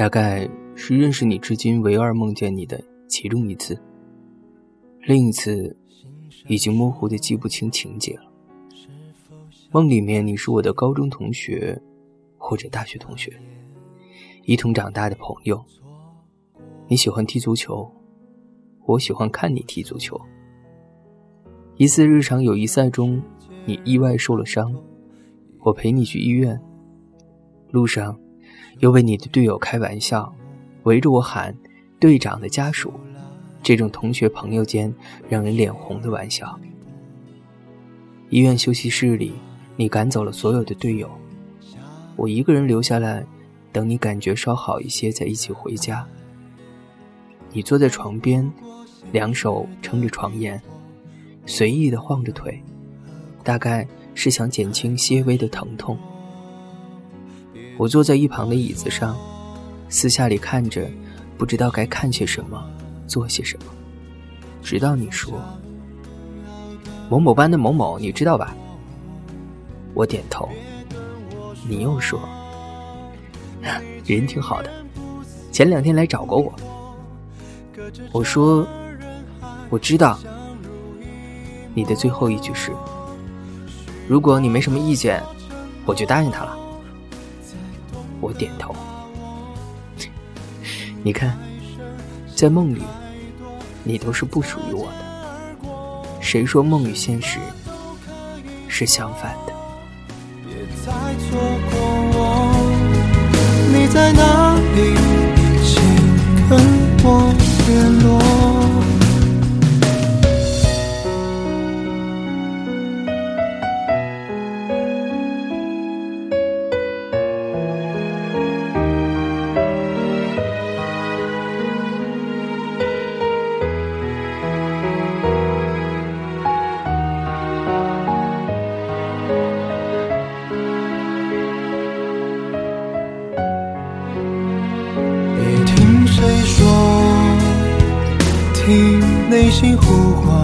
大概是认识你至今唯二梦见你的其中一次，另一次已经模糊地记不清情节了。梦里面你是我的高中同学或者大学同学，一同长大的朋友。你喜欢踢足球，我喜欢看你踢足球。一次日常友谊赛中，你意外受了伤，我陪你去医院，路上又被你的队友开玩笑，围着我喊队长的家属，这种同学朋友间让人脸红的玩笑。医院休息室里，你赶走了所有的队友，我一个人留下来，等你感觉稍好一些再一起回家。你坐在床边，两手撑着床沿，随意地晃着腿，大概是想减轻些微的疼痛。我坐在一旁的椅子上，私下里看着，不知道该看些什么，做些什么，直到你说某某班的某某，你知道吧？我点头。你又说人挺好的，前2天来找过我。我说我知道。你的最后一句是，如果你没什么意见，我就答应他了。我点头。你看，在梦里你都是不属于我的，谁说梦与现实是相反的？ 别再错过我，你在哪里？请跟我联络。听内心呼唤，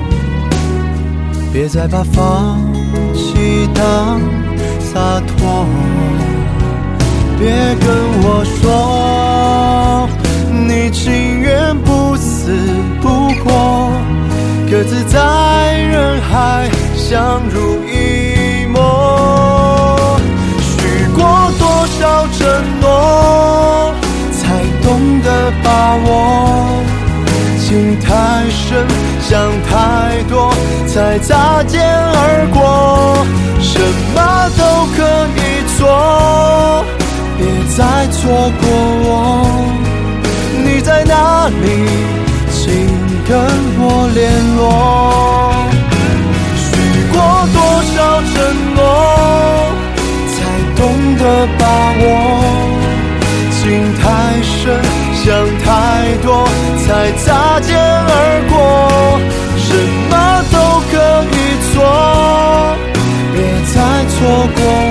别再把放弃当洒脱，别跟我说你情愿不死不活，各自在人海相濡以沫。许过多少承诺，才懂得把握，情太深，想太多，才擦肩而过。什么都可以做，别再错过我。你在哪里？请跟我联络。许过多少承诺，才懂得把握。情太深，想太多，才擦肩而过。什么都可以做，别再错过